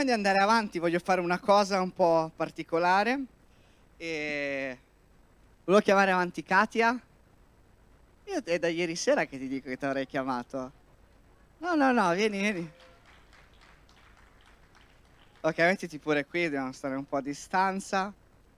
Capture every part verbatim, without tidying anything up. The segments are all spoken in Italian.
prima di andare avanti voglio fare una cosa un po' particolare. E volevo chiamare avanti Katia. Io è da ieri sera che ti dico che ti avrei chiamato. No, no, no, vieni, vieni. Ok, mettiti pure qui, dobbiamo stare un po' a distanza.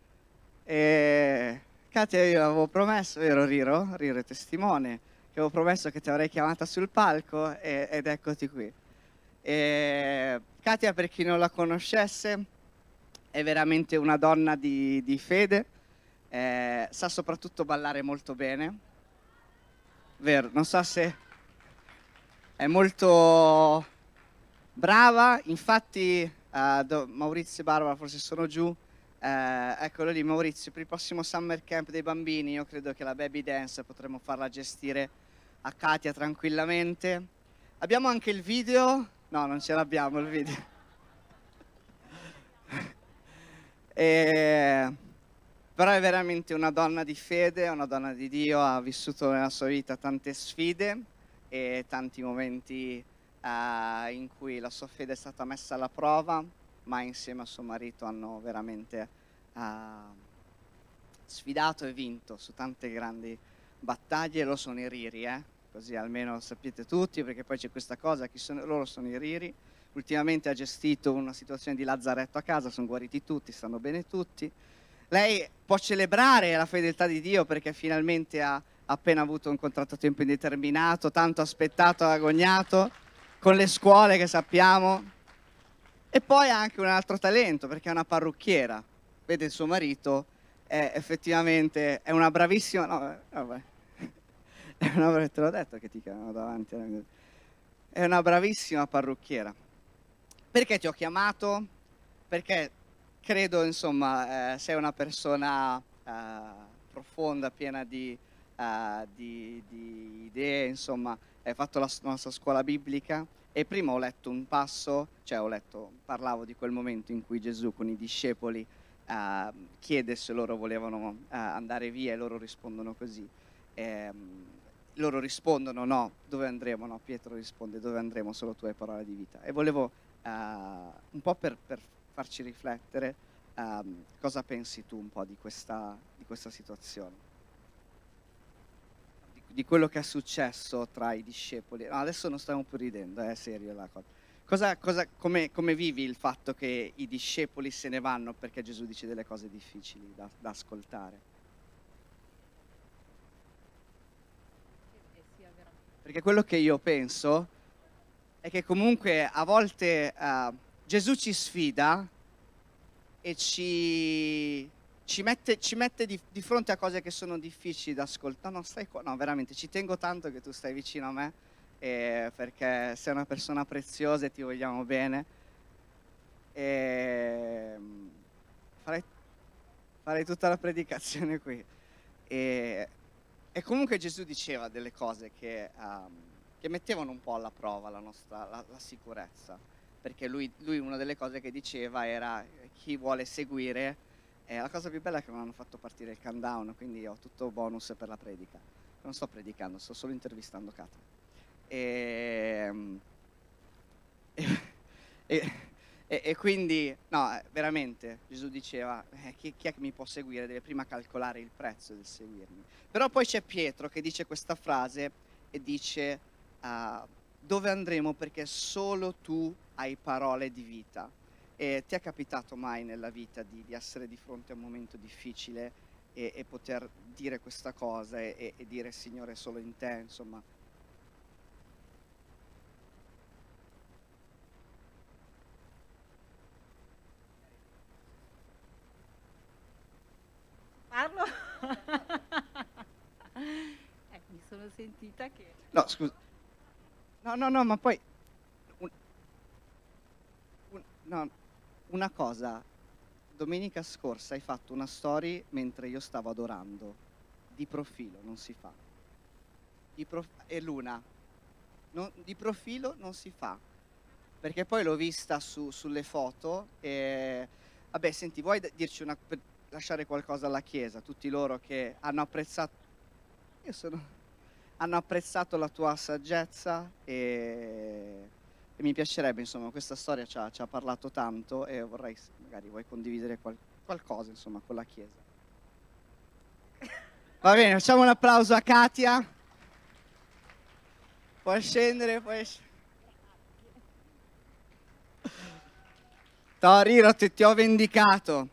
E Katia, io avevo promesso, vero Riro? Riro è testimone, che avevo promesso che ti avrei chiamata sul palco e- ed eccoti qui. E Katia, per chi non la conoscesse, è veramente una donna di, di fede, eh, sa soprattutto ballare molto bene, vero? Non so se è molto brava, infatti eh, do- Maurizio e Barbara forse sono giù, eh, eccolo lì Maurizio, per il prossimo summer camp dei bambini io credo che la baby dance potremmo farla gestire a Katia tranquillamente. Abbiamo anche il video? No, non ce l'abbiamo il video. E... Però è veramente una donna di fede, una donna di Dio, ha vissuto nella sua vita tante sfide e tanti momenti eh, in cui la sua fede è stata messa alla prova, ma insieme a suo marito hanno veramente eh, sfidato e vinto su tante grandi battaglie. Loro sono i Riri, eh? Così almeno lo sapete tutti, perché poi c'è questa cosa, chi sono, loro sono i Riri. Ultimamente ha gestito una situazione di lazzaretto a casa, sono guariti tutti, stanno bene tutti. Lei può celebrare la fedeltà di Dio perché finalmente ha appena avuto un contratto a tempo indeterminato, tanto aspettato, agognato, con le scuole che sappiamo. E poi ha anche un altro talento perché è una parrucchiera. Vede il suo marito, è effettivamente è una bravissima... No, eh, vabbè. È una, te l'ho detto che ti chiamano davanti. È una bravissima parrucchiera. Perché ti ho chiamato? Perché credo, insomma, eh, sei una persona eh, profonda, piena di, eh, di, di idee, insomma, hai fatto la s- nostra scuola biblica e prima ho letto un passo, cioè ho letto, parlavo di quel momento in cui Gesù con i discepoli eh, chiede se loro volevano eh, andare via e loro rispondono così. Ehm, loro rispondono no, dove andremo? No, Pietro risponde dove andremo? Solo tu hai parole di vita. E volevo eh, un po' per, per farci riflettere, ehm, cosa pensi tu un po' di questa, di questa situazione? Di, di quello che è successo tra i discepoli. No, adesso non stiamo più ridendo, è serio la cosa. Cosa, cosa, come, come vivi il fatto che i discepoli se ne vanno perché Gesù dice delle cose difficili da, da ascoltare? Perché quello che io penso è che comunque a volte eh, Gesù ci sfida e ci, ci mette, ci mette di, di fronte a cose che sono difficili da ascoltare. No, stai qua, no, veramente, ci tengo tanto che tu stai vicino a me, eh, perché sei una persona preziosa e ti vogliamo bene. E, mm, farei, farei tutta la predicazione qui. E, e comunque Gesù diceva delle cose che, um, che mettevano un po' alla prova la nostra la, la sicurezza, perché lui, lui una delle cose che diceva era eh, chi vuole seguire, eh, la cosa più bella è che non hanno fatto partire il countdown, quindi ho tutto bonus per la predica. Non sto predicando, sto solo intervistando Katia. E, e, e- e- e quindi, no, eh, veramente, Gesù diceva, eh, chi, chi è che mi può seguire? Deve prima calcolare il prezzo del seguirmi. Però poi c'è Pietro che dice questa frase e dice, ah, dove andremo perché solo tu hai parole di vita. E ti è capitato mai nella vita di, di essere di fronte a un momento difficile e, e poter dire questa cosa e, e dire Signore solo in te, insomma? Parlo? Eh, mi sono sentita che... No, scusa. No, no, no, ma poi un- un- no, una cosa, domenica scorsa hai fatto una story mentre io stavo adorando, di profilo, non si fa. Di prof- e Luna, non- di profilo non si fa, perché poi l'ho vista su- sulle foto e... Vabbè, senti, vuoi d- dirci una... per lasciare qualcosa alla Chiesa, tutti loro che hanno apprezzato... Io sono... hanno apprezzato la tua saggezza e E mi piacerebbe, insomma, questa storia ci ha, ci ha parlato tanto e vorrei, s- magari vuoi condividere qual- qualcosa, insomma, con la Chiesa. Va bene, facciamo un applauso a Katia. Puoi scendere, puoi scendere. Torino, ti, ti ho vendicato.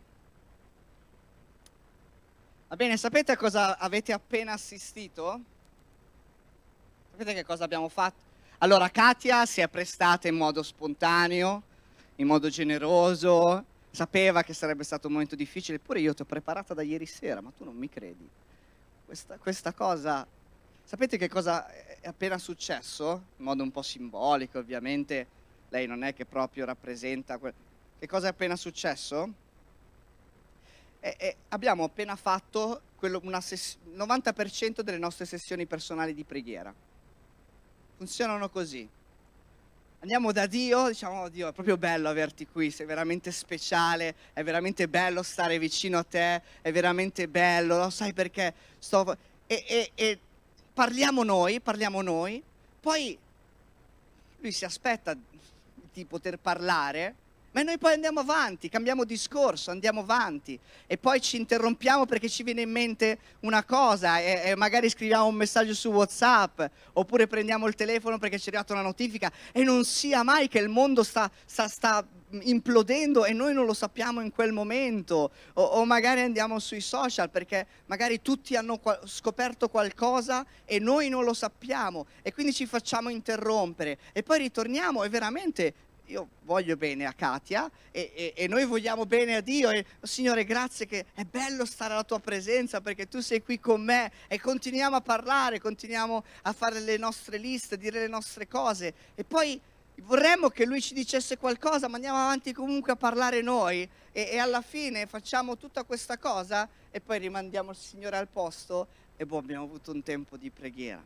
Va bene, sapete a cosa avete appena assistito? Sapete che cosa abbiamo fatto? Allora, Katia si è prestata in modo spontaneo, in modo generoso, sapeva che sarebbe stato un momento difficile, eppure io ti ho preparata da ieri sera, ma tu non mi credi. Questa, questa cosa, sapete che cosa è appena successo? In modo un po' simbolico, ovviamente, lei non è che proprio rappresenta... que- Che cosa è appena successo? E- e abbiamo appena fatto quello- una sess- il novanta per cento delle nostre sessioni personali di preghiera. Funzionano così. Andiamo da Dio, diciamo, "Oh, Dio, è proprio bello averti qui, sei veramente speciale, è veramente bello stare vicino a te, è veramente bello, lo sai perché sto... E, e- e parliamo noi, parliamo noi, poi lui si aspetta di poter parlare, ma noi poi andiamo avanti, cambiamo discorso, andiamo avanti e poi ci interrompiamo perché ci viene in mente una cosa e, e magari scriviamo un messaggio su WhatsApp oppure prendiamo il telefono perché ci è arrivata una notifica e non sia mai che il mondo sta, sta, sta implodendo e noi non lo sappiamo in quel momento o, o magari andiamo sui social perché magari tutti hanno qua- scoperto qualcosa e noi non lo sappiamo e quindi ci facciamo interrompere e poi ritorniamo e veramente io voglio bene a Katia e, e- e noi vogliamo bene a Dio e "Oh, Signore grazie che è bello stare alla tua presenza perché tu sei qui con me e continuiamo a parlare, continuiamo a fare le nostre liste, dire le nostre cose e poi vorremmo che lui ci dicesse qualcosa ma andiamo avanti comunque a parlare noi e, e alla fine facciamo tutta questa cosa e poi rimandiamo il Signore al posto e boh, abbiamo avuto un tempo di preghiera.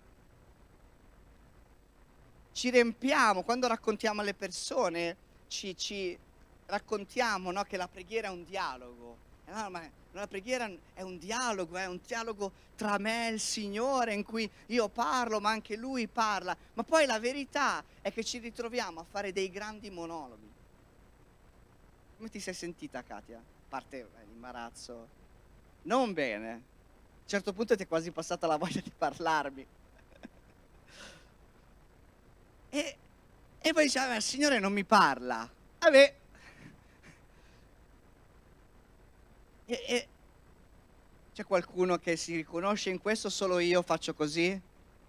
Ci riempiamo, quando raccontiamo alle persone, ci, ci raccontiamo, no, che la preghiera è un dialogo. Eh, no, ma la preghiera è un dialogo, è un dialogo tra me e il Signore in cui io parlo, ma anche Lui parla. Ma poi la verità è che ci ritroviamo a fare dei grandi monologhi. Come ti sei sentita, Katia? A parte eh, l'imbarazzo. Non bene. A un certo punto ti è quasi passata la voglia di parlarmi. E, e poi diceva, "Ah, il Signore non mi parla. Vabbè. E, e c'è qualcuno che si riconosce in questo? Solo io faccio così?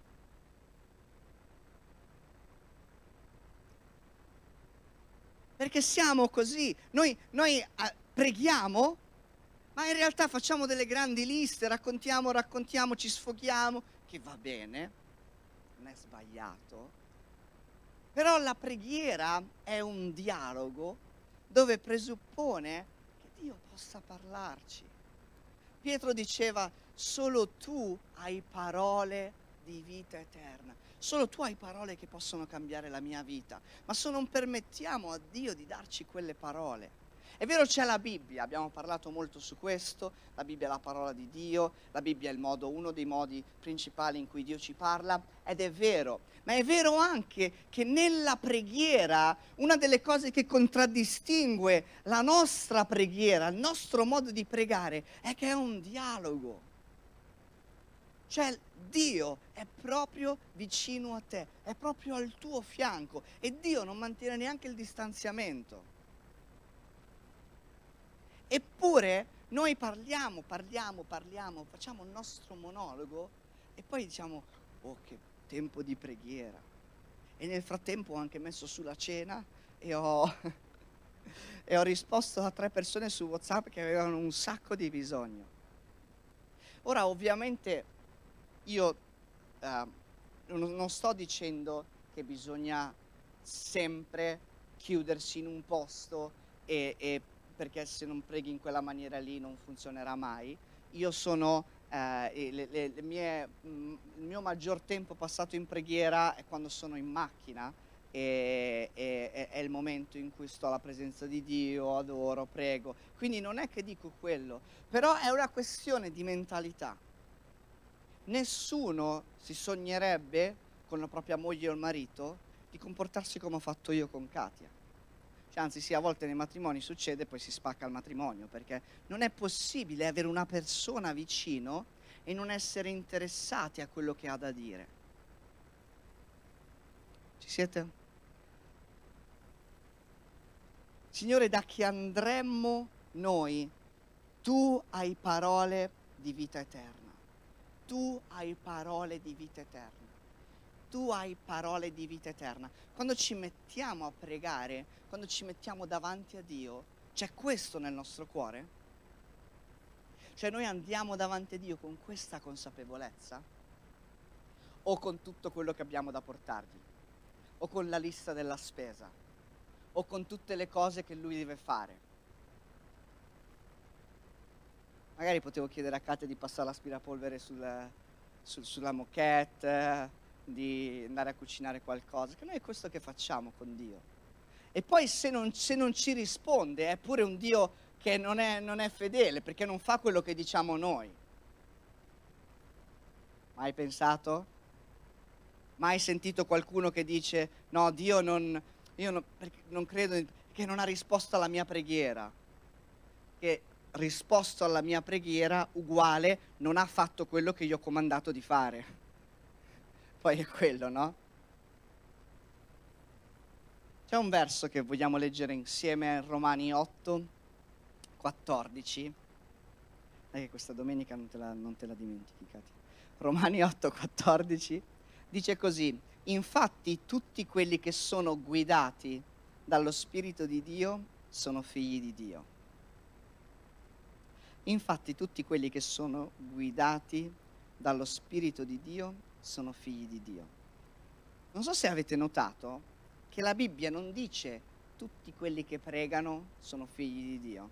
Perché siamo così. Noi, noi ah, preghiamo, ma in realtà facciamo delle grandi liste, raccontiamo, raccontiamo, ci sfoghiamo, che va bene, non è sbagliato. Però la preghiera è un dialogo dove presuppone che Dio possa parlarci. Pietro diceva, solo tu hai parole di vita eterna, solo tu hai parole che possono cambiare la mia vita, ma se non permettiamo a Dio di darci quelle parole. È vero, c'è la Bibbia, abbiamo parlato molto su questo, la Bibbia è la parola di Dio, la Bibbia è il modo, uno dei modi principali in cui Dio ci parla, ed è vero, ma è vero anche che nella preghiera una delle cose che contraddistingue la nostra preghiera, il nostro modo di pregare, è che è un dialogo. Cioè Dio è proprio vicino a te, è proprio al tuo fianco e Dio non mantiene neanche il distanziamento. Eppure noi parliamo, parliamo, parliamo, facciamo il nostro monologo e poi diciamo, oh che tempo di preghiera. E nel frattempo ho anche messo su la cena e ho, e ho risposto a tre persone su WhatsApp che avevano un sacco di bisogno. Ora ovviamente io eh, non, non sto dicendo che bisogna sempre chiudersi in un posto e, e perché se non preghi in quella maniera lì non funzionerà mai. Io sono, eh, le, le, le mie, mh, il mio maggior tempo passato in preghiera è quando sono in macchina e, e- e- è il momento in cui sto alla presenza di Dio, adoro, prego. Quindi non è che dico quello, però è una questione di mentalità. Nessuno si sognerebbe con la propria moglie o il marito di di comportarsi come ho fatto io con Katia. Cioè, anzi sì, a volte nei matrimoni succede, poi si spacca il matrimonio, perché non è possibile avere una persona vicino e non essere interessati a quello che ha da dire. Ci siete? Signore, da chi andremmo noi? Tu hai parole di vita eterna. Tu hai parole di vita eterna. Tu hai parole di vita eterna. Quando ci mettiamo a pregare, quando ci mettiamo davanti a Dio, c'è questo nel nostro cuore? Cioè noi andiamo davanti a Dio con questa consapevolezza? O con tutto quello che abbiamo da portargli? O con la lista della spesa? O con tutte le cose che Lui deve fare? Magari potevo chiedere a Katia di passare l'aspirapolvere sul, sul, sulla moquette, di andare a cucinare qualcosa, che noi è questo che facciamo con Dio. E poi se non, se non ci risponde è pure un Dio che non è, non è fedele, perché non fa quello che diciamo noi. Mai pensato? Mai sentito qualcuno che dice no, Dio non, io non, perché non credo, che non ha risposto alla mia preghiera, che risposto alla mia preghiera uguale non ha fatto quello che gli ho comandato di fare. Poi è quello, no? C'è un verso che vogliamo leggere insieme, Romani otto, quattordici. Dai che questa domenica non te la, non te la dimentichi, Katia. Romani otto, quattordici dice così: infatti tutti quelli che sono guidati dallo Spirito di Dio sono figli di Dio. Infatti tutti quelli che sono guidati dallo Spirito di Dio sono figli di Dio. Non so se avete notato che la Bibbia non dice tutti quelli che pregano sono figli di Dio.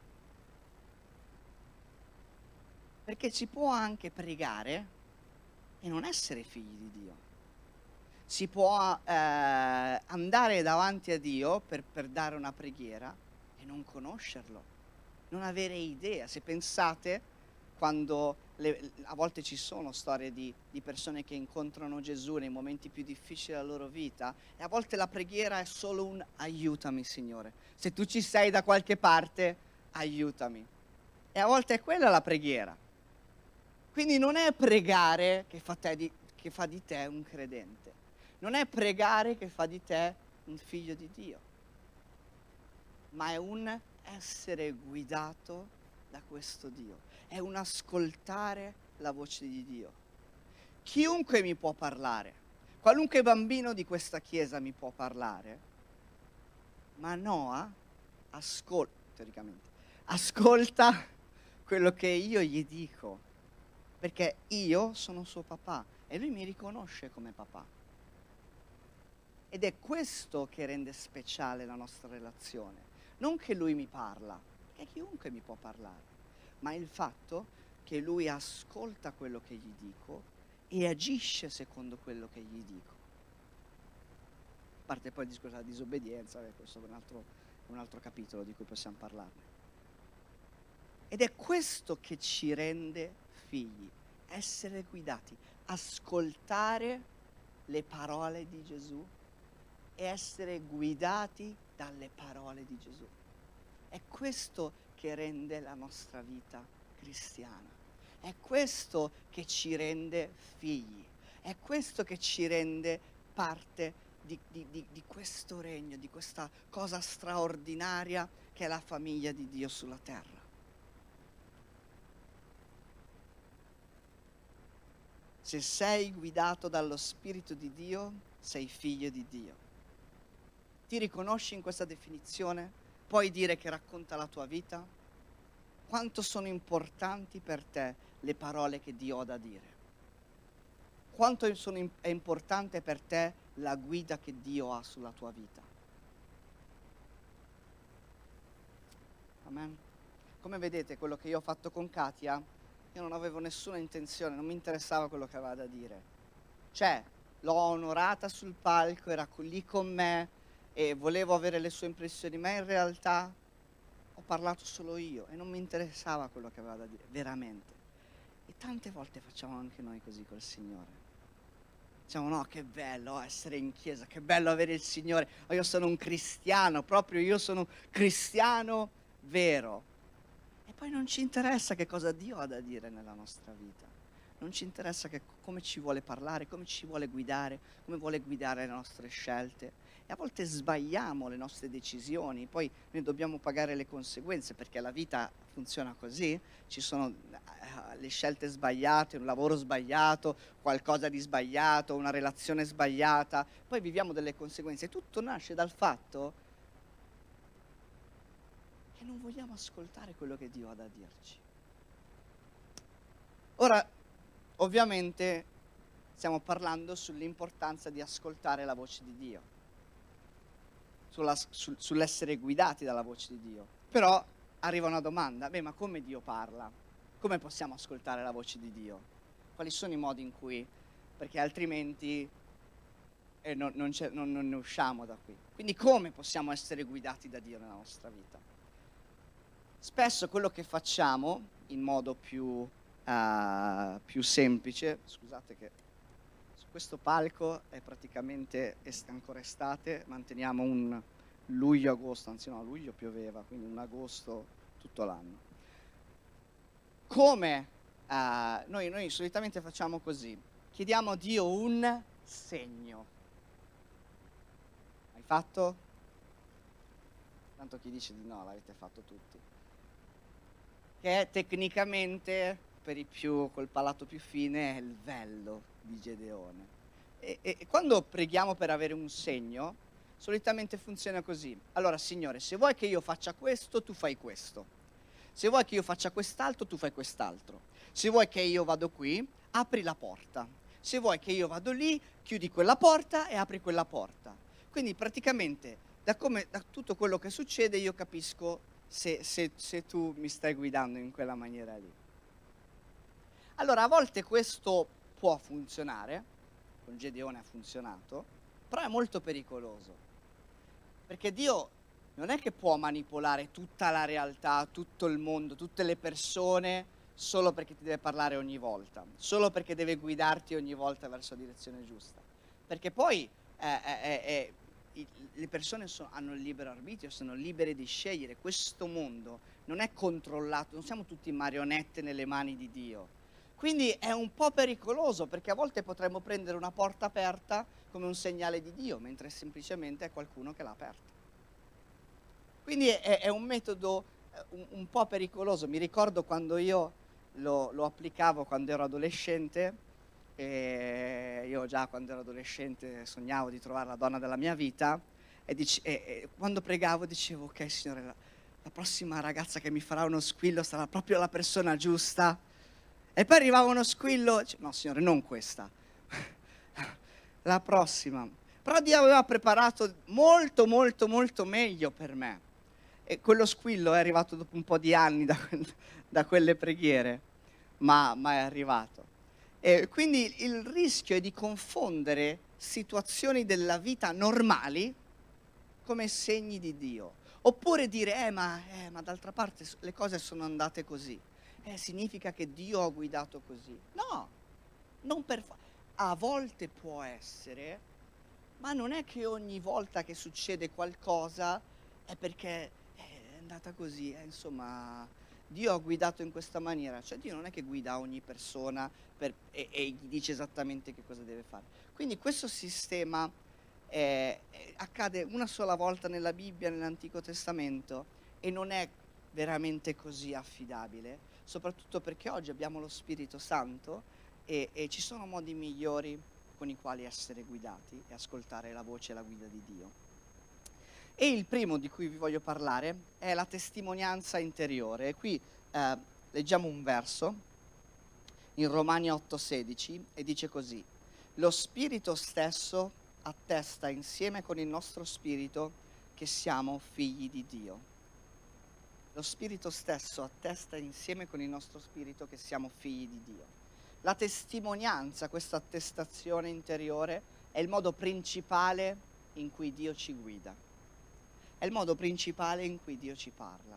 Perché si può anche pregare e non essere figli di Dio. Si può eh, andare davanti a Dio per, per dare una preghiera e non conoscerlo. Non avere idea. Se pensate, quando le, a volte ci sono storie di, di persone che incontrano Gesù nei momenti più difficili della loro vita, e a volte la preghiera è solo un aiutami Signore. Se tu ci sei da qualche parte, aiutami. E a volte è quella la preghiera. Quindi non è pregare che fa, te di, che fa di te un credente. Non è pregare che fa di te un figlio di Dio. Ma è un essere guidato da questo Dio, è un ascoltare la voce di Dio. Chiunque mi può parlare, qualunque bambino di questa chiesa mi può parlare, ma Noah ascolta, teoricamente, ascolta quello che io gli dico, perché io sono suo papà e lui mi riconosce come papà. Ed è questo che rende speciale la nostra relazione. Non che lui mi parla, perché chiunque mi può parlare, ma il fatto che lui ascolta quello che gli dico e agisce secondo quello che gli dico. A parte poi il discorso della disobbedienza, questo è un altro, un altro capitolo di cui possiamo parlarne. Ed è questo che ci rende figli, essere guidati, ascoltare le parole di Gesù e essere guidati dalle parole di Gesù. È questo che rende la nostra vita cristiana. È questo che ci rende figli. È questo che ci rende parte di, di, di, di questo regno, di questa cosa straordinaria che è la famiglia di Dio sulla terra. Se sei guidato dallo Spirito di Dio, sei figlio di Dio. Ti riconosci in questa definizione? Puoi dire che racconta la tua vita? Quanto sono importanti per te le parole che Dio ha da dire? Quanto sono, è importante per te la guida che Dio ha sulla tua vita? Amen. Come vedete, quello che io ho fatto con Katia, io non avevo nessuna intenzione, non mi interessava quello che aveva da dire. Cioè, l'ho onorata sul palco, era lì con me, e volevo avere le sue impressioni, ma in realtà ho parlato solo io e non mi interessava quello che aveva da dire, veramente. E tante volte facciamo anche noi così col Signore. Diciamo, no, che bello essere in chiesa, che bello avere il Signore. Oh, io sono un cristiano, proprio io sono cristiano vero. E poi non ci interessa che cosa Dio ha da dire nella nostra vita. Non ci interessa che, come ci vuole parlare, come ci vuole guidare, come vuole guidare le nostre scelte. E a volte sbagliamo le nostre decisioni, poi ne dobbiamo pagare le conseguenze, perché la vita funziona così. Ci sono eh, le scelte sbagliate, un lavoro sbagliato, qualcosa di sbagliato, una relazione sbagliata, poi viviamo delle conseguenze. Tutto nasce dal fatto che non vogliamo ascoltare quello che Dio ha da dirci. Ora, ovviamente, stiamo parlando sull'importanza di ascoltare la voce di Dio, sulla, sul, sull'essere guidati dalla voce di Dio. Però arriva una domanda: beh, ma come Dio parla? Come possiamo ascoltare la voce di Dio? Quali sono i modi in cui? Perché altrimenti eh, non, non, non, non ne usciamo da qui. Quindi come possiamo essere guidati da Dio nella nostra vita? Spesso quello che facciamo in modo più, uh, più semplice, scusate che su questo palco è praticamente est- ancora estate, manteniamo un luglio-agosto, anzi no, a luglio pioveva, quindi un agosto tutto l'anno. Come uh, noi, noi solitamente facciamo così, chiediamo a Dio un segno. Hai fatto? Tanto chi dice di no, l'avete fatto tutti. Che è tecnicamente, per i più col palato più fine, è il vello di Gedeone. E, e, e quando preghiamo per avere un segno, solitamente funziona così. Allora, Signore, se vuoi che io faccia questo, tu fai questo. Se vuoi che io faccia quest'altro, tu fai quest'altro. Se vuoi che io vado qui, apri la porta. Se vuoi che io vado lì, chiudi quella porta e apri quella porta. Quindi praticamente, da, come, da tutto quello che succede, io capisco Se, se, se tu mi stai guidando in quella maniera lì. Allora, a volte questo può funzionare, con Gedeone ha funzionato, però è molto pericoloso, perché Dio non è che può manipolare tutta la realtà, tutto il mondo, tutte le persone, solo perché ti deve parlare ogni volta, solo perché deve guidarti ogni volta verso la direzione giusta, perché poi eh, eh, eh, le persone sono, hanno il libero arbitrio, sono libere di scegliere. Questo mondo non è controllato, non siamo tutti marionette nelle mani di Dio. Quindi è un po' pericoloso, perché a volte potremmo prendere una porta aperta come un segnale di Dio, mentre semplicemente è qualcuno che l'ha aperta. Quindi è, è un metodo un, un po' pericoloso. Mi ricordo quando io lo, lo applicavo quando ero adolescente. E io già quando ero adolescente sognavo di trovare la donna della mia vita e, dice, e, e quando pregavo dicevo: ok Signore, la, la prossima ragazza che mi farà uno squillo sarà proprio la persona giusta. E poi arrivava uno squillo, dicevo, no Signore, non questa, la prossima. Però Dio aveva preparato molto molto molto meglio per me, e quello squillo è arrivato dopo un po' di anni da, da quelle preghiere, ma, ma è arrivato. E quindi il rischio è di confondere situazioni della vita normali come segni di Dio. Oppure dire, eh ma, eh, ma d'altra parte le cose sono andate così. Eh, significa che Dio ha guidato così. No, non per fa- a volte può essere, ma non è che ogni volta che succede qualcosa è perché è andata così, eh, insomma... Dio ha guidato in questa maniera, cioè Dio non è che guida ogni persona per, e, e gli dice esattamente che cosa deve fare. Quindi questo sistema eh, eh, accade una sola volta nella Bibbia, nell'Antico Testamento, e non è veramente così affidabile, soprattutto perché oggi abbiamo lo Spirito Santo e, e ci sono modi migliori con i quali essere guidati e ascoltare la voce e la guida di Dio. E il primo di cui vi voglio parlare è la testimonianza interiore. E qui eh, leggiamo un verso in Romani otto sedici e dice così: lo Spirito stesso attesta insieme con il nostro spirito che siamo figli di Dio. Lo Spirito stesso attesta insieme con il nostro spirito che siamo figli di Dio. La testimonianza, questa attestazione interiore, è il modo principale in cui Dio ci guida. È il modo principale in cui Dio ci parla.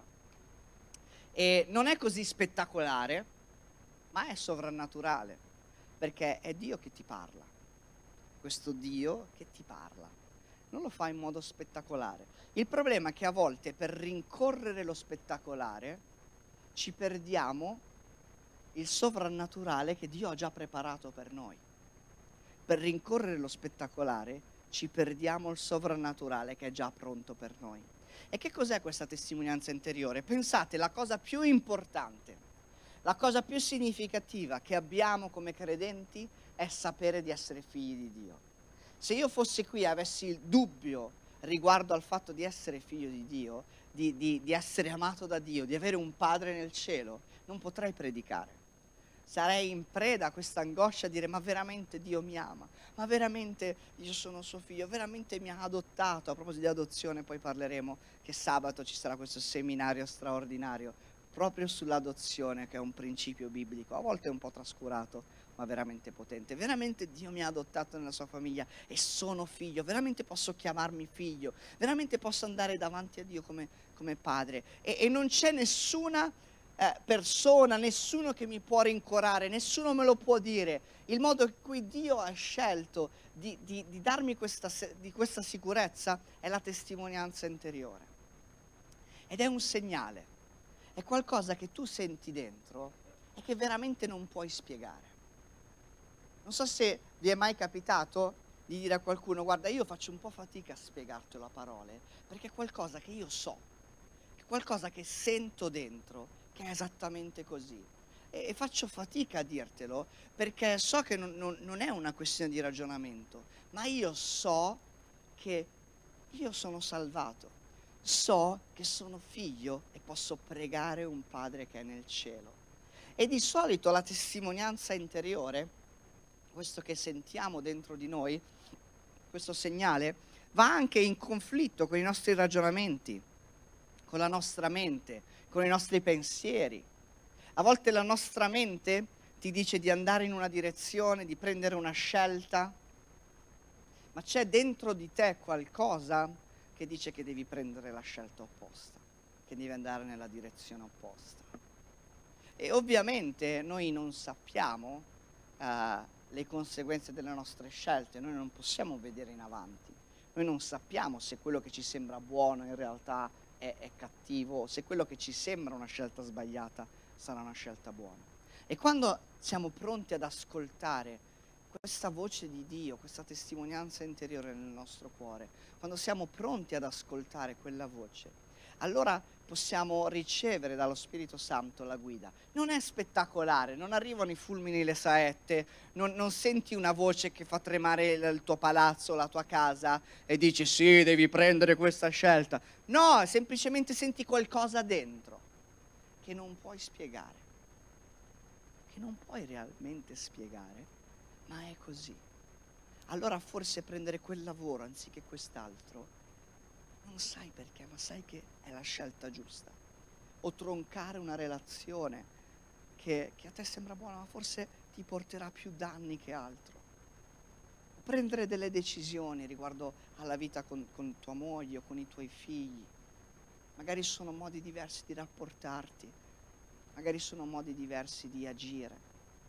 E non è così spettacolare, ma è sovrannaturale, perché è Dio che ti parla. questo Dio che ti parla. Non lo fa in modo spettacolare. Il problema è che a volte per rincorrere lo spettacolare ci perdiamo il sovrannaturale che Dio ha già preparato per noi. Per rincorrere lo spettacolare ci perdiamo il sovrannaturale che è già pronto per noi. E che cos'è questa testimonianza interiore? Pensate, la cosa più importante, la cosa più significativa che abbiamo come credenti è sapere di essere figli di Dio. Se io fossi qui e avessi il dubbio riguardo al fatto di essere figlio di Dio, di, di, di essere amato da Dio, di avere un Padre nel cielo, non potrei predicare. Sarei in preda a questa angoscia a dire: ma veramente Dio mi ama? Ma veramente io sono suo figlio? Veramente mi ha adottato? A proposito di adozione, poi parleremo che sabato ci sarà questo seminario straordinario proprio sull'adozione, che è un principio biblico, a volte un po' trascurato, ma veramente potente. Veramente Dio mi ha adottato nella sua famiglia e sono figlio, veramente posso chiamarmi figlio, veramente posso andare davanti a Dio come, come padre. E, e non c'è nessuna eh, persona, nessuno che mi può rincuorare, nessuno me lo può dire. Il modo in cui Dio ha scelto di, di, di darmi questa, di questa sicurezza è la testimonianza interiore. Ed è un segnale. È qualcosa che tu senti dentro e che veramente non puoi spiegare. Non so se vi è mai capitato di dire a qualcuno: guarda, io faccio un po' fatica a spiegartelo a parole, perché è qualcosa che io so, è qualcosa che sento dentro, che è esattamente così. E, e faccio fatica a dirtelo, perché so che non, non, non è una questione di ragionamento, ma io so che io sono salvato. So che sono figlio e posso pregare un Padre che è nel cielo. E di solito la testimonianza interiore, questo che sentiamo dentro di noi, questo segnale, va anche in conflitto con i nostri ragionamenti, con la nostra mente, con i nostri pensieri. A volte la nostra mente ti dice di andare in una direzione, di prendere una scelta, ma c'è dentro di te qualcosa che dice che devi prendere la scelta opposta, che devi andare nella direzione opposta. E ovviamente noi non sappiamo uh, le conseguenze delle nostre scelte, noi non possiamo vedere in avanti, noi non sappiamo se quello che ci sembra buono in realtà è, è cattivo, se quello che ci sembra una scelta sbagliata sarà una scelta buona. E quando siamo pronti ad ascoltare questa voce di Dio, questa testimonianza interiore nel nostro cuore, quando siamo pronti ad ascoltare quella voce, allora possiamo ricevere dallo Spirito Santo la guida. Non è spettacolare, non arrivano i fulmini e le saette, non, non senti una voce che fa tremare il, il tuo palazzo, la tua casa e dici sì, devi prendere questa scelta. No, semplicemente senti qualcosa dentro che non puoi spiegare, che non puoi realmente spiegare. Ma è così. Allora forse prendere quel lavoro anziché quest'altro, non sai perché, ma sai che è la scelta giusta. O troncare una relazione che, che a te sembra buona, ma forse ti porterà più danni che altro. O prendere delle decisioni riguardo alla vita con, con tua moglie o con i tuoi figli. Magari sono modi diversi di rapportarti, magari sono modi diversi di agire.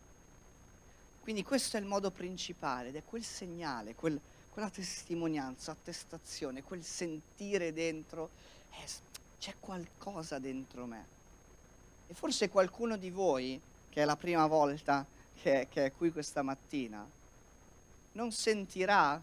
Quindi questo è il modo principale ed è quel segnale, quel, quella testimonianza, attestazione, quel sentire dentro, eh, c'è qualcosa dentro me. E forse qualcuno di voi, che è la prima volta che, che è qui questa mattina, non sentirà,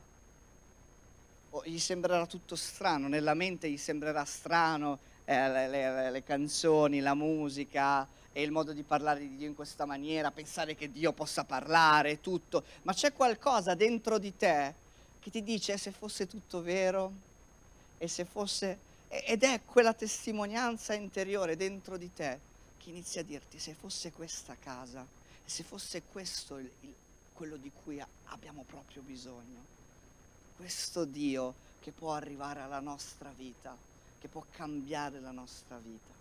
o gli sembrerà tutto strano, nella mente gli sembrerà strano eh, le, le, le canzoni, la musica, e il modo di parlare di Dio in questa maniera, pensare che Dio possa parlare, tutto, ma c'è qualcosa dentro di te che ti dice: se fosse tutto vero, e se fosse, ed è quella testimonianza interiore dentro di te che inizia a dirti: se fosse questa casa, e se fosse questo il, il, quello di cui abbiamo proprio bisogno, questo Dio che può arrivare alla nostra vita, che può cambiare la nostra vita.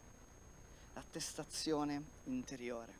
Attestazione interiore.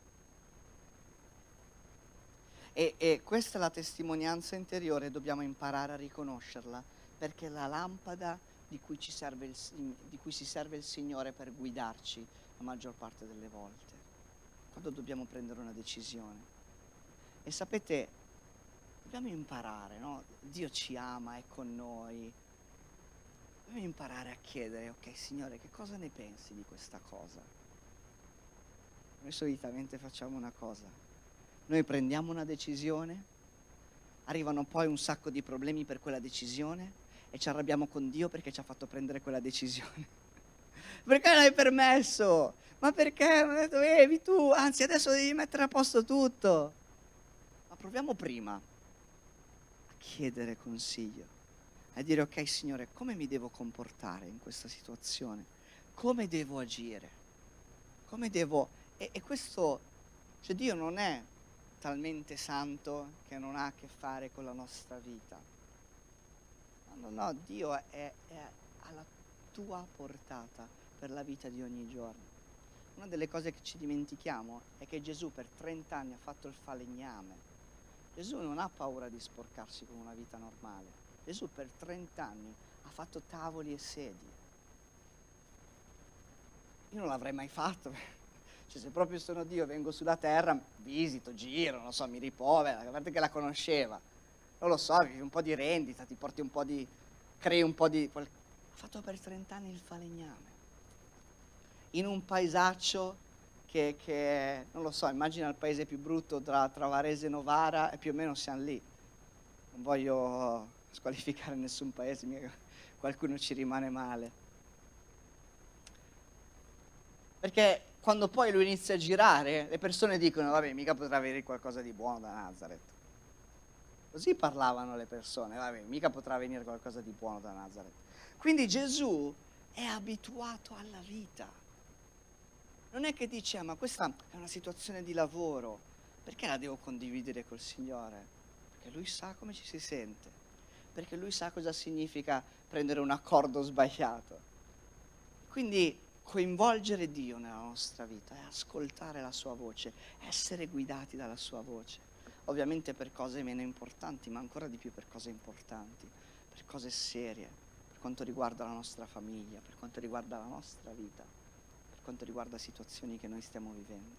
E, e questa è la testimonianza interiore, dobbiamo imparare a riconoscerla, perché è la lampada di cui, ci serve il, di cui si serve il Signore per guidarci la maggior parte delle volte, quando dobbiamo prendere una decisione. E sapete, Dobbiamo imparare, no? Dio ci ama, è con noi. Dobbiamo imparare a chiedere, ok Signore, che cosa ne pensi di questa cosa? Noi solitamente facciamo una cosa, noi prendiamo una decisione, arrivano poi un sacco di problemi per quella decisione e ci arrabbiamo con Dio perché ci ha fatto prendere quella decisione. Perché non hai permesso? Ma perché? Ma dovevi tu, anzi adesso devi mettere a posto tutto. Ma proviamo prima a chiedere consiglio, a dire ok Signore, come mi devo comportare in questa situazione? Come devo agire? Come devo... E, e questo, cioè Dio non è talmente santo che non ha a che fare con la nostra vita. No, no, no, Dio è, è alla tua portata per la vita di ogni giorno. Una delle cose che ci dimentichiamo è che Gesù per trenta anni ha fatto il falegname. Gesù non ha paura di sporcarsi con una vita normale. Gesù per trenta anni ha fatto tavoli e sedie. Io non l'avrei mai fatto. Cioè, se proprio sono Dio, vengo sulla terra, visito, giro, non so, mi ripovera, a parte che la conosceva. Non lo so, vivi un po' di rendita, ti porti un po' di... crei un po' di... Ha fatto per trenta anni il falegname. In un paesaccio che, che, non lo so, immagina il paese più brutto tra, tra Varese e Novara e più o meno siamo lì. Non voglio squalificare nessun paese, mica qualcuno ci rimane male. Perché quando poi lui inizia a girare, le persone dicono, vabbè, mica potrà avere qualcosa di buono da Nazareth. Così parlavano le persone, vabbè, mica potrà venire qualcosa di buono da Nazareth. Quindi Gesù è abituato alla vita. Non è che dice, ah, ma questa è una situazione di lavoro, perché la devo condividere col Signore? Perché Lui sa come ci si sente, perché Lui sa cosa significa prendere un accordo sbagliato. Quindi coinvolgere Dio nella nostra vita è ascoltare la sua voce, essere guidati dalla sua voce. Ovviamente per cose meno importanti, ma ancora di più per cose importanti, per cose serie, per quanto riguarda la nostra famiglia, per quanto riguarda la nostra vita, per quanto riguarda situazioni che noi stiamo vivendo.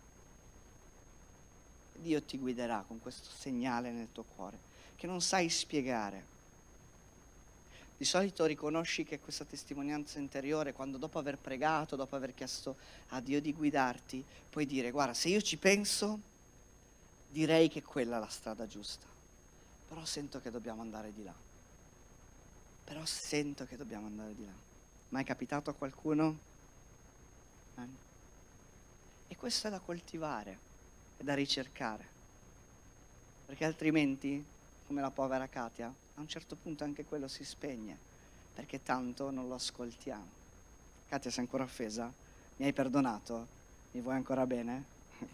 Dio ti guiderà con questo segnale nel tuo cuore, che non sai spiegare. Di solito riconosci che questa testimonianza interiore, quando dopo aver pregato, dopo aver chiesto a Dio di guidarti, puoi dire, guarda, se io ci penso, direi che quella è la strada giusta, però sento che dobbiamo andare di là. Però sento che dobbiamo andare di là. Mai capitato a qualcuno? Eh? E questo è da coltivare, è da ricercare, perché altrimenti, come la povera Katia, a un certo punto anche quello si spegne, perché tanto non lo ascoltiamo. Katia, sei ancora offesa? Mi hai perdonato? Mi vuoi ancora bene?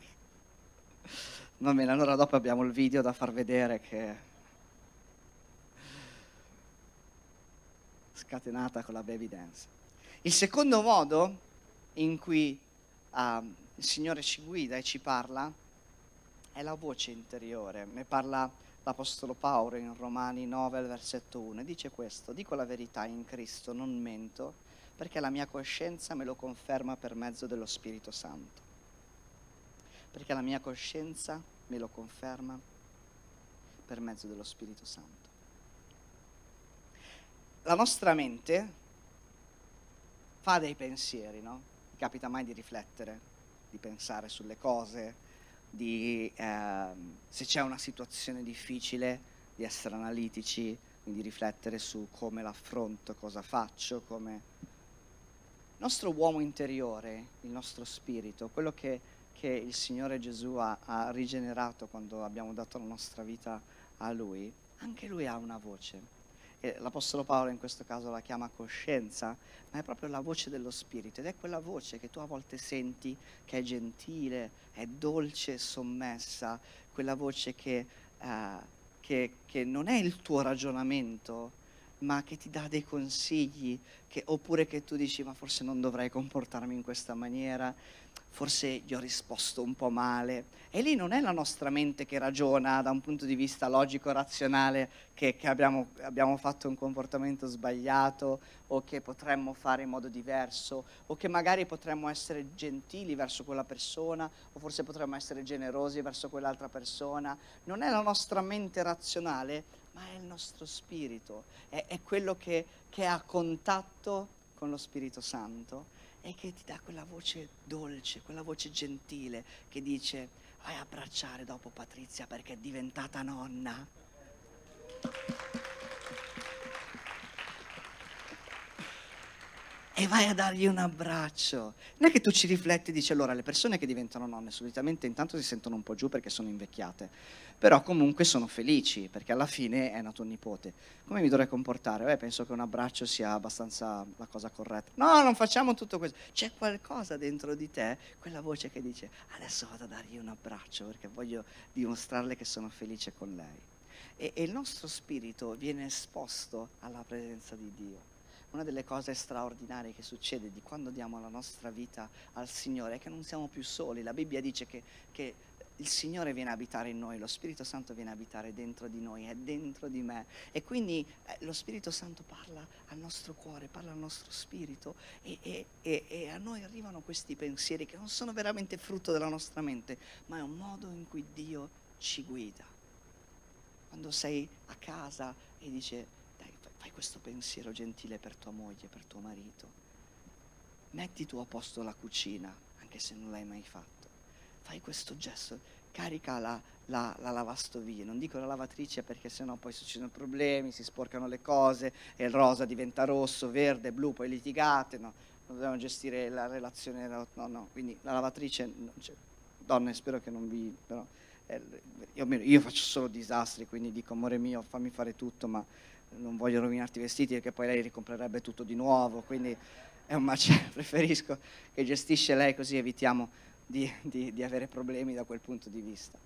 Va bene, allora dopo abbiamo il video da far vedere che scatenata con la baby dance. Il secondo modo in cui uh, il Signore ci guida e ci parla è la voce interiore. Ne parla l'Apostolo Paolo in Romani nove, versetto uno, e dice questo: dico la verità in Cristo, non mento, perché la mia coscienza me lo conferma per mezzo dello Spirito Santo. Perché la mia coscienza me lo conferma per mezzo dello Spirito Santo. La nostra mente fa dei pensieri, no? Ti capita mai di riflettere, di pensare sulle cose, di eh, se c'è una situazione difficile, di essere analitici, quindi riflettere su come l'affronto, cosa faccio, come... Il nostro uomo interiore, il nostro spirito, quello che, che il Signore Gesù ha, ha rigenerato quando abbiamo dato la nostra vita a Lui, anche Lui ha una voce. E l'Apostolo Paolo in questo caso la chiama coscienza, ma è proprio la voce dello Spirito, ed è quella voce che tu a volte senti che è gentile, è dolce, sommessa, quella voce che, uh, che, che non è il tuo ragionamento, ma che ti dà dei consigli, che, oppure che tu dici ma forse non dovrei comportarmi in questa maniera, forse gli ho risposto un po' male. E lì non è la nostra mente che ragiona da un punto di vista logico-razionale che, che abbiamo, abbiamo fatto un comportamento sbagliato o che potremmo fare in modo diverso o che magari potremmo essere gentili verso quella persona o forse potremmo essere generosi verso quell'altra persona. Non è la nostra mente razionale, ma è il nostro spirito, è, è quello che, che ha contatto con lo Spirito Santo e che ti dà quella voce dolce, quella voce gentile che dice vai a abbracciare dopo Patrizia perché è diventata nonna. E vai a dargli un abbraccio. Non è che tu ci rifletti e dici allora le persone che diventano nonne solitamente intanto si sentono un po' giù perché sono invecchiate, però comunque sono felici perché alla fine è nato un nipote. Come mi dovrei comportare? Beh, penso che un abbraccio sia abbastanza la cosa corretta. No, non facciamo tutto questo. C'è qualcosa dentro di te, quella voce che dice adesso vado a dargli un abbraccio perché voglio dimostrarle che sono felice con lei. E, e il nostro spirito viene esposto alla presenza di Dio. Una delle cose straordinarie che succede di quando diamo la nostra vita al Signore è che non siamo più soli. La Bibbia dice che, che il Signore viene a abitare in noi, lo Spirito Santo viene a abitare dentro di noi, è dentro di me. E quindi eh, lo Spirito Santo parla al nostro cuore, parla al nostro spirito e, e, e, e a noi arrivano questi pensieri che non sono veramente frutto della nostra mente, ma è un modo in cui Dio ci guida. Quando sei a casa e dice fai questo pensiero gentile per tua moglie, per tuo marito. Metti tu a posto la cucina, anche se non l'hai mai fatto. Fai questo gesto, carica la, la, la lavastoviglie. Non dico la lavatrice perché sennò poi succedono problemi, si sporcano le cose, e il rosa diventa rosso, verde, blu, poi litigate, no? Non dobbiamo gestire la relazione, no, no. Quindi la lavatrice, non c'è. Donne, spero che non vi... Però, eh, io, io faccio solo disastri, quindi dico, amore mio, fammi fare tutto, ma non voglio rovinarti i vestiti perché poi lei ricomprerebbe tutto di nuovo, quindi è un macello, preferisco che gestisce lei così evitiamo di, di, di avere problemi da quel punto di vista.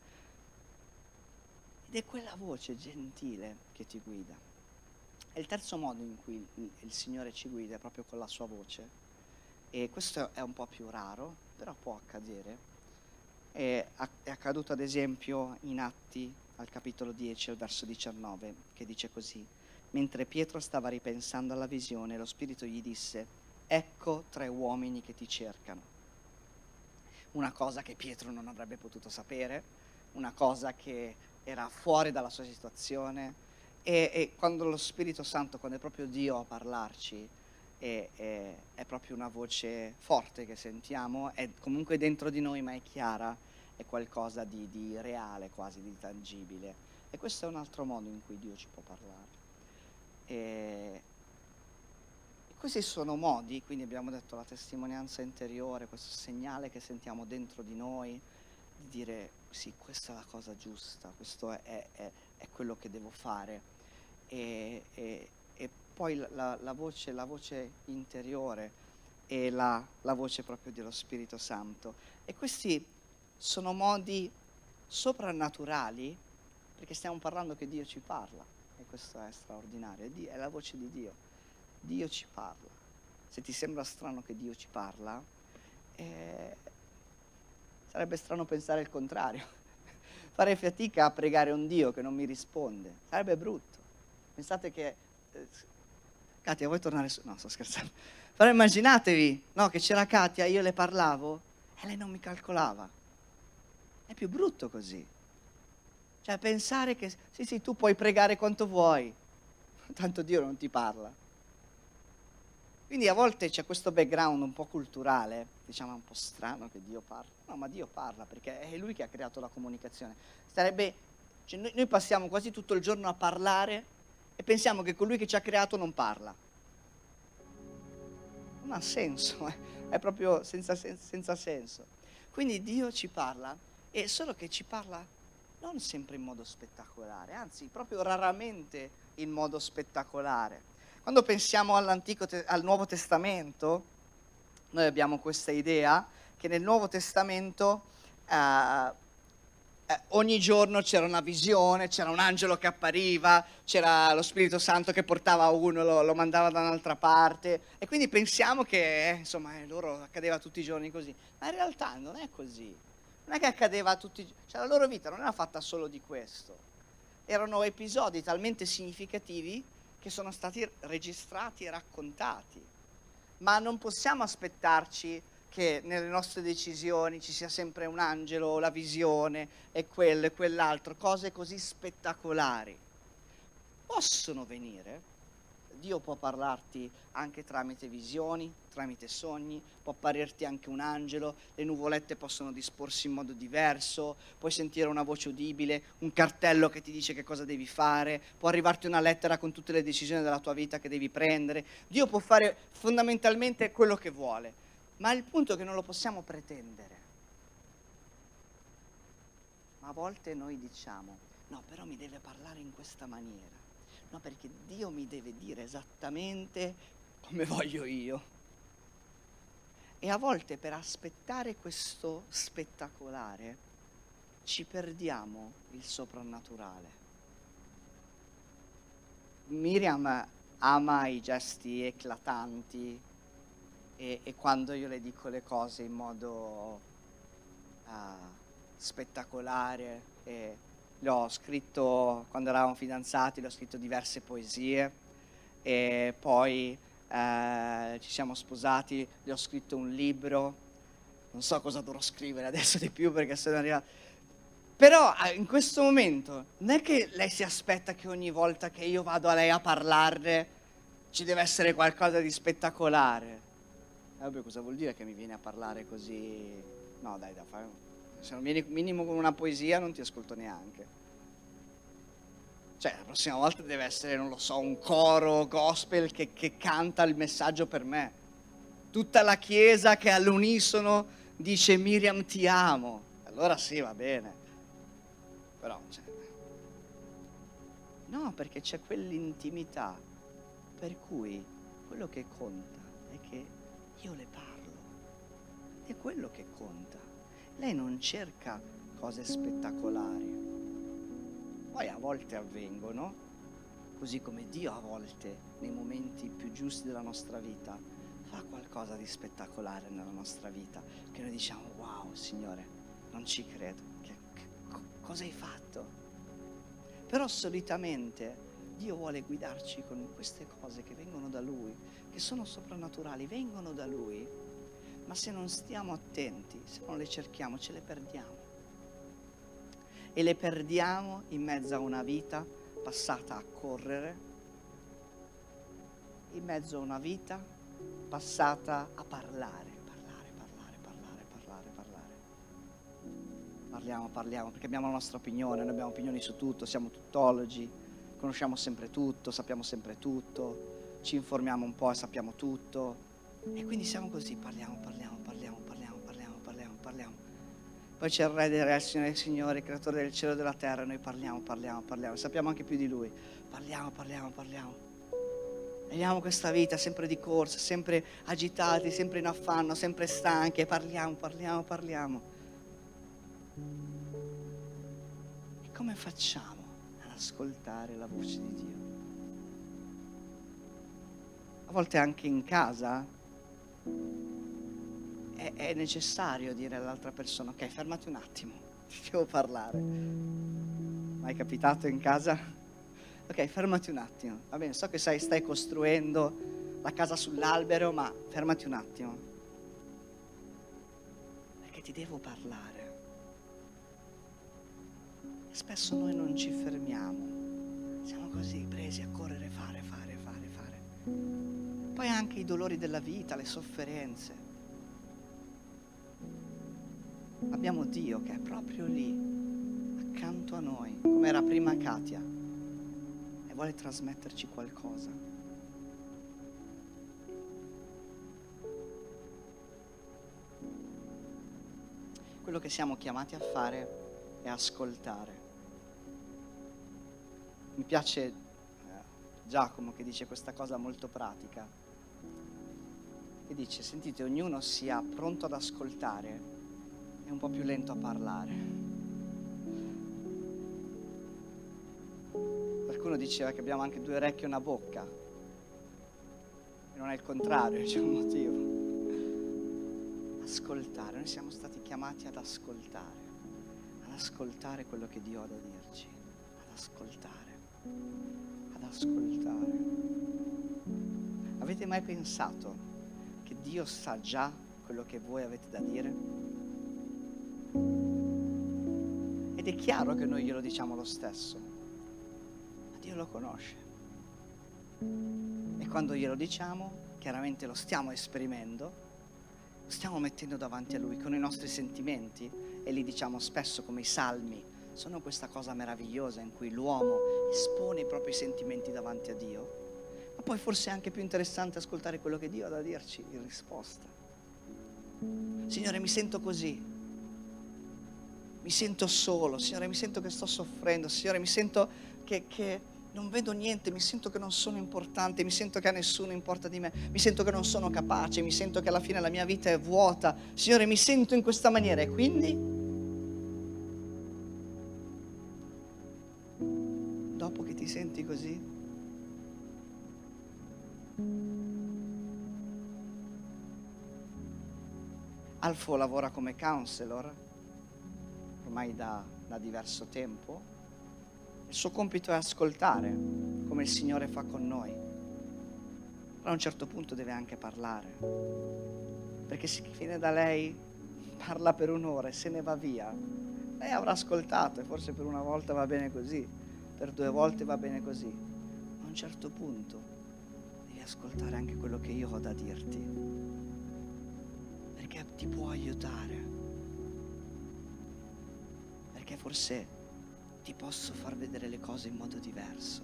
Ed è quella voce gentile che ti guida. E il terzo modo in cui il, il Signore ci guida è proprio con la sua voce, e questo è un po' più raro, però può accadere. È, è accaduto ad esempio in Atti al capitolo dieci, al verso diciannove, che dice così: mentre Pietro stava ripensando alla visione, lo Spirito gli disse: ecco tre uomini che ti cercano. Una cosa che Pietro non avrebbe potuto sapere, una cosa che era fuori dalla sua situazione, e, e quando lo Spirito Santo, quando è proprio Dio a parlarci, è, è, è proprio una voce forte che sentiamo, è comunque dentro di noi ma è chiara, è qualcosa di, di reale, quasi di tangibile. E questo è un altro modo in cui Dio ci può parlare. E questi sono modi, quindi abbiamo detto la testimonianza interiore, questo segnale che sentiamo dentro di noi, di dire sì, questa è la cosa giusta, questo è, è, è quello che devo fare. E, e, e poi la, la, voce, la voce interiore e la, la voce proprio dello Spirito Santo. E questi sono modi soprannaturali, perché stiamo parlando che Dio ci parla. E questo è straordinario, è la voce di Dio. Dio ci parla. Se ti sembra strano che Dio ci parla, eh, sarebbe strano pensare il contrario. Fare fatica a pregare un Dio che non mi risponde, sarebbe brutto. Pensate che... Eh, Katia, vuoi tornare su? No, sto scherzando. Però immaginatevi, no, che c'era Katia, io le parlavo e lei non mi calcolava. È più brutto così. Cioè pensare che, sì sì, tu puoi pregare quanto vuoi, tanto Dio non ti parla. Quindi a volte c'è questo background un po' culturale, diciamo è un po' strano che Dio parla. No, ma Dio parla perché è Lui che ha creato la comunicazione. Sarebbe, cioè noi, noi passiamo quasi tutto il giorno a parlare e pensiamo che colui che ci ha creato non parla. Non ha senso, eh? È proprio senza, senza senso. Quindi Dio ci parla, e solo che ci parla non sempre in modo spettacolare, anzi proprio raramente in modo spettacolare. Quando pensiamo all'Antico, al Nuovo Testamento, noi abbiamo questa idea che nel Nuovo Testamento eh, eh, ogni giorno c'era una visione, c'era un angelo che appariva, c'era lo Spirito Santo che portava uno, lo, lo mandava da un'altra parte, e quindi pensiamo che eh, insomma eh, loro accadeva tutti i giorni così, ma in realtà non è così, non è che accadeva tutti i giorni, cioè la loro vita non era fatta solo di questo, erano episodi talmente significativi che sono stati registrati e raccontati, ma non possiamo aspettarci che nelle nostre decisioni ci sia sempre un angelo, la visione e quello e quell'altro, cose così spettacolari. Possono venire, Dio può parlarti anche tramite visioni, tramite sogni, può apparirti anche un angelo, le nuvolette possono disporsi in modo diverso, puoi sentire una voce udibile, un cartello che ti dice che cosa devi fare, può arrivarti una lettera con tutte le decisioni della tua vita che devi prendere. Dio può fare fondamentalmente quello che vuole, ma il punto è che non lo possiamo pretendere. Ma a volte noi diciamo, no, però mi deve parlare in questa maniera. No, perché Dio mi deve dire esattamente come voglio io. E a volte per aspettare questo spettacolare ci perdiamo il soprannaturale. Miriam ama i gesti eclatanti e, e quando io le dico le cose in modo uh, spettacolare e le ho scritto, quando eravamo fidanzati, le ho scritto diverse poesie e poi eh, ci siamo sposati, le ho scritto un libro, non so cosa dovrò scrivere adesso di più perché sono arrivato. Però in questo momento non è che lei si aspetta che ogni volta che io vado a lei a parlarle ci deve essere qualcosa di spettacolare. Eh, vabbè, cosa vuol dire che mi viene a parlare così? No dai, da fare... Se non vieni minimo con una poesia non ti ascolto neanche. Cioè, la prossima volta deve essere, non lo so, un coro gospel che, che canta il messaggio per me. Tutta la chiesa che all'unisono dice Miriam ti amo. Allora sì, va bene. Però, cioè... no, perché c'è quell'intimità per cui quello che conta è che io le parlo. È quello che conta. Lei non cerca cose spettacolari. Poi a volte avvengono, così come Dio a volte, nei momenti più giusti della nostra vita, fa qualcosa di spettacolare nella nostra vita, che noi diciamo, wow, Signore, non ci credo, che, che, cosa hai fatto? Però solitamente Dio vuole guidarci con queste cose che vengono da Lui, che sono soprannaturali, vengono da Lui, ma se non stiamo attenti, se non le cerchiamo, ce le perdiamo. E le perdiamo in mezzo a una vita passata a correre, in mezzo a una vita passata a parlare, parlare, parlare, parlare, parlare, parlare. Parliamo, parliamo, perché abbiamo la nostra opinione, noi abbiamo opinioni su tutto, siamo tuttologi, conosciamo sempre tutto, sappiamo sempre tutto, ci informiamo un po' e sappiamo tutto. E quindi siamo così, parliamo, parliamo, parliamo, parliamo, parliamo, parliamo, parliamo. Poi c'è il Re dei Re, il Signore dei Signori, il Creatore del cielo e della terra, e noi parliamo, parliamo, parliamo, sappiamo anche più di Lui. Parliamo, parliamo, parliamo. Viviamo questa vita sempre di corsa, sempre agitati, sempre in affanno, sempre stanchi, e parliamo, parliamo, parliamo. E come facciamo ad ascoltare la voce di Dio? A volte anche in casa è, è necessario dire all'altra persona, ok, fermati un attimo, ti devo parlare. Mai capitato in casa? Ok, fermati un attimo. Va bene, so che sai, stai costruendo la casa sull'albero, ma fermati un attimo. Perché ti devo parlare. E spesso noi non ci fermiamo. Siamo così presi a correre, fare, fare, fare, fare. Poi anche i dolori della vita, le sofferenze. Abbiamo Dio che è proprio lì, accanto a noi, come era prima Katia, e vuole trasmetterci qualcosa. Quello che siamo chiamati a fare è ascoltare. Mi piace eh, Giacomo che dice questa cosa molto pratica, che dice, sentite, ognuno sia pronto ad ascoltare e un po' più lento a parlare. qualcuno diceva che abbiamo anche due orecchie e una bocca. E non è il contrario, c'è un motivo. Ascoltare, noi siamo stati chiamati ad ascoltare, ad ascoltare quello che Dio ha da dirci, ad ascoltare, ad ascoltare. Avete mai pensato che Dio sa già quello che voi avete da dire? Ed è chiaro che noi glielo diciamo lo stesso, ma Dio lo conosce. E quando glielo diciamo, chiaramente lo stiamo esprimendo, lo stiamo mettendo davanti a Lui con i nostri sentimenti, e li diciamo spesso come i salmi. Sono questa cosa meravigliosa in cui l'uomo espone i propri sentimenti davanti a Dio. Ma poi forse è anche più interessante ascoltare quello che Dio ha da dirci in risposta. Signore, mi sento così, mi sento solo, Signore, mi sento che sto soffrendo, Signore, mi sento che, che non vedo niente, mi sento che non sono importante, mi sento che a nessuno importa di me, mi sento che non sono capace, mi sento che alla fine la mia vita è vuota, Signore, mi sento in questa maniera. E quindi, dopo che ti senti così, Alfo lavora come counselor ormai da, da diverso tempo. Il suo compito è ascoltare, come il Signore fa con noi. Però a un certo punto deve anche parlare, perché se viene da lei, parla per un'ora e se ne va via, lei avrà ascoltato e forse per una volta va bene così, per due volte va bene così, ma a un certo punto devi ascoltare anche quello che io ho da dirti, perché ti può aiutare, perché forse ti posso far vedere le cose in modo diverso.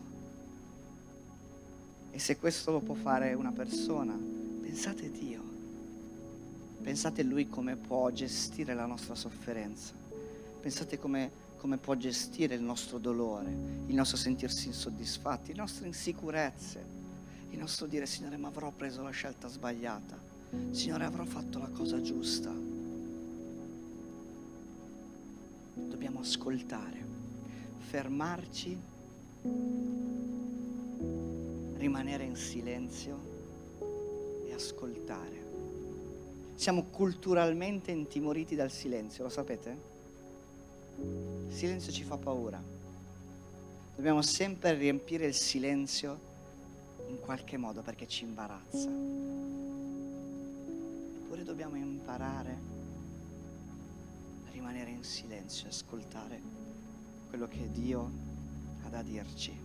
E se questo lo può fare una persona, pensate a Dio, pensate a Lui come può gestire la nostra sofferenza, pensate come, come può gestire il nostro dolore, il nostro sentirsi insoddisfatti, le nostre insicurezze, il nostro dire: Signore, ma avrò preso la scelta sbagliata, Signore, avrò fatto la cosa giusta. Dobbiamo ascoltare, fermarci, rimanere in silenzio e ascoltare. Siamo culturalmente intimoriti dal silenzio, lo sapete? Il silenzio ci fa paura. Dobbiamo sempre riempire il silenzio in qualche modo perché ci imbarazza. Eppure dobbiamo imparare a rimanere in silenzio e ascoltare quello che Dio ha da dirci.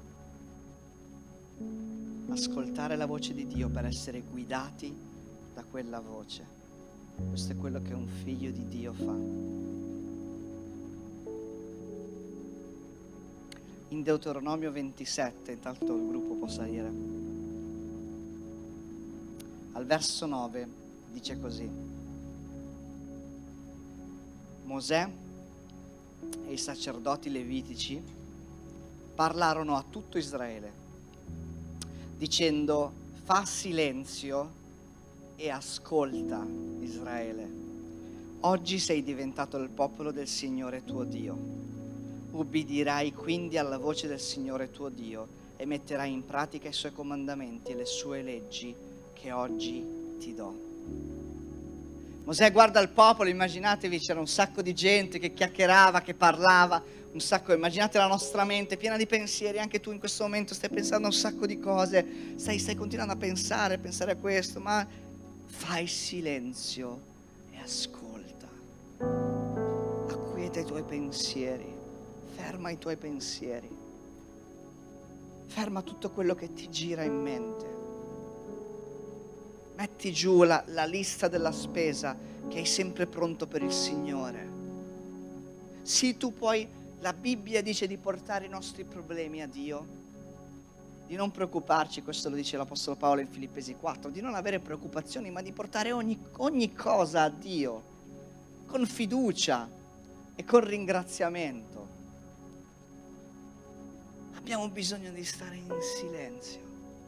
Ascoltare la voce di Dio per essere guidati da quella voce. Questo è quello che un figlio di Dio fa. In Deuteronomio ventisette, intanto il gruppo può salire, al verso nove dice così: Mosè e i sacerdoti levitici parlarono a tutto Israele dicendo: fa silenzio e ascolta, Israele. Oggi sei diventato il popolo del Signore tuo Dio. Ubbidirai quindi alla voce del Signore tuo Dio e metterai in pratica i suoi comandamenti e le sue leggi che oggi ti do. Mosè guarda il popolo, immaginatevi, c'era un sacco di gente che chiacchierava, che parlava, un sacco, immaginate la nostra mente piena di pensieri, anche tu in questo momento stai pensando a un sacco di cose, stai, stai continuando a pensare, a pensare a questo, ma fai silenzio e ascolta, acquieta i tuoi pensieri, ferma i tuoi pensieri, ferma tutto quello che ti gira in mente. Metti giù la, la lista della spesa che hai sempre pronto per il Signore. Sì, tu puoi, la Bibbia dice di portare i nostri problemi a Dio, di non preoccuparci, questo lo dice l'Apostolo Paolo in Filippesi quattro, di non avere preoccupazioni, ma di portare ogni, ogni cosa a Dio, con fiducia e con ringraziamento. Abbiamo bisogno di stare in silenzio.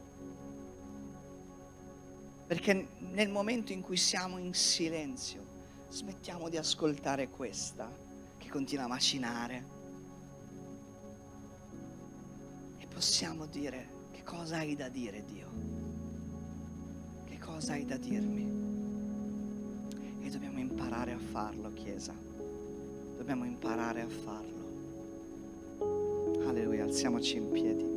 Perché nel momento in cui siamo in silenzio, smettiamo di ascoltare questa che continua a macinare. E possiamo dire: che cosa hai da dire, Dio? Che cosa hai da dirmi? E dobbiamo imparare a farlo, Chiesa. Dobbiamo imparare a farlo. Alleluia, alziamoci in piedi.